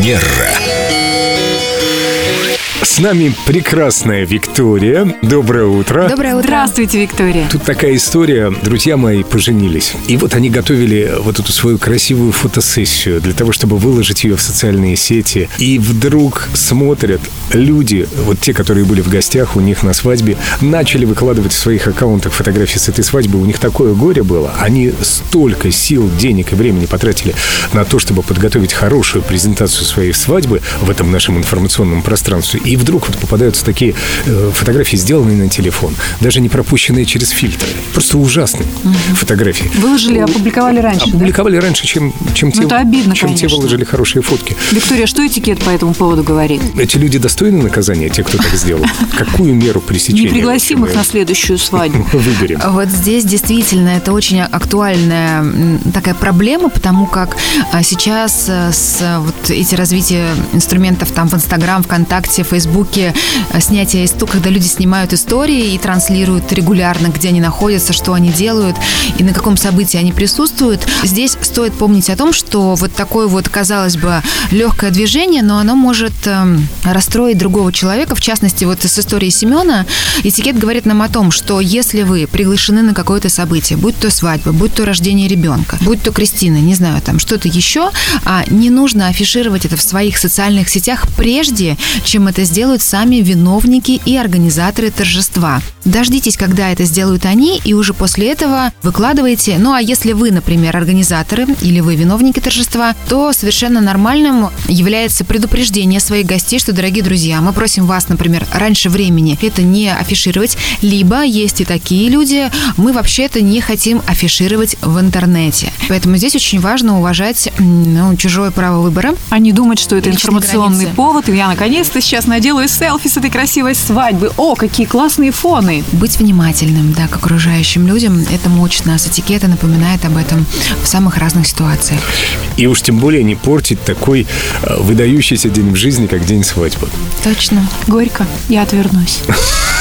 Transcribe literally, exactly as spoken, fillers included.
Премьера. С нами прекрасная Виктория. Доброе утро. Доброе утро. Здравствуйте, Виктория. Тут такая история. Друзья мои поженились. И вот они готовили вот эту свою красивую фотосессию для того, чтобы выложить ее в социальные сети. И вдруг смотрят люди, вот те, которые были в гостях у них на свадьбе, начали выкладывать в своих аккаунтах фотографии с этой свадьбы. У них такое горе было. Они столько сил, денег и времени потратили на то, чтобы подготовить хорошую презентацию своей свадьбы в этом нашем информационном пространстве. И вдруг вот попадаются такие э, фотографии, сделанные на телефон, даже не пропущенные через фильтры. Просто ужасные угу. фотографии. Выложили, опубликовали раньше, Опубликовали да? раньше, чем, чем, те, это обидно, чем те выложили хорошие фотки. Виктория, что этикет по этому поводу говорит? Эти люди достойны наказания, те, кто так сделал? Какую меру пресечения? Не пригласим их на следующую свадьбу. Выберем. Вот здесь действительно это очень актуальная такая проблема, потому как сейчас с вот эти развитие инструментов там в Инстаграм, ВКонтакте, в Фейсбуке, снятие из тук, когда люди снимают истории и транслируют регулярно, где они находятся, что они делают и на каком событии они присутствуют. Здесь стоит помнить о том, что вот такое вот, казалось бы, легкое движение, но оно может э, расстроить другого человека. В частности, вот с историей Семена этикет говорит нам о том, что если вы приглашены на какое-то событие, будь то свадьба, будь то рождение ребенка, будь то крестина, не знаю, там что-то еще, а не нужно афишировать это в своих социальных сетях прежде, чем это сделают сами виновники и организаторы торжества. Дождитесь, когда это сделают они, и уже после этого выкладывайте. Ну, а если вы, например, организаторы или вы виновники торжества, то совершенно нормальным является предупреждение своих гостей, что, дорогие друзья, мы просим вас, например, раньше времени это не афишировать, либо есть и такие люди, мы вообще-то не хотим афишировать в интернете. Поэтому здесь очень важно уважать ну, чужое право выбора. А не думать, что это информационный границы. Повод, и я наконец-то сейчас наделаю селфи с этой красивой свадьбы. О, какие классные фоны! Быть внимательным, да, к окружающим людям. Этому учит нас этикет и напоминает об этом в самых разных ситуациях. И уж тем более не портить такой выдающийся день в жизни, как день свадьбы. Точно. Горько. Я отвернусь.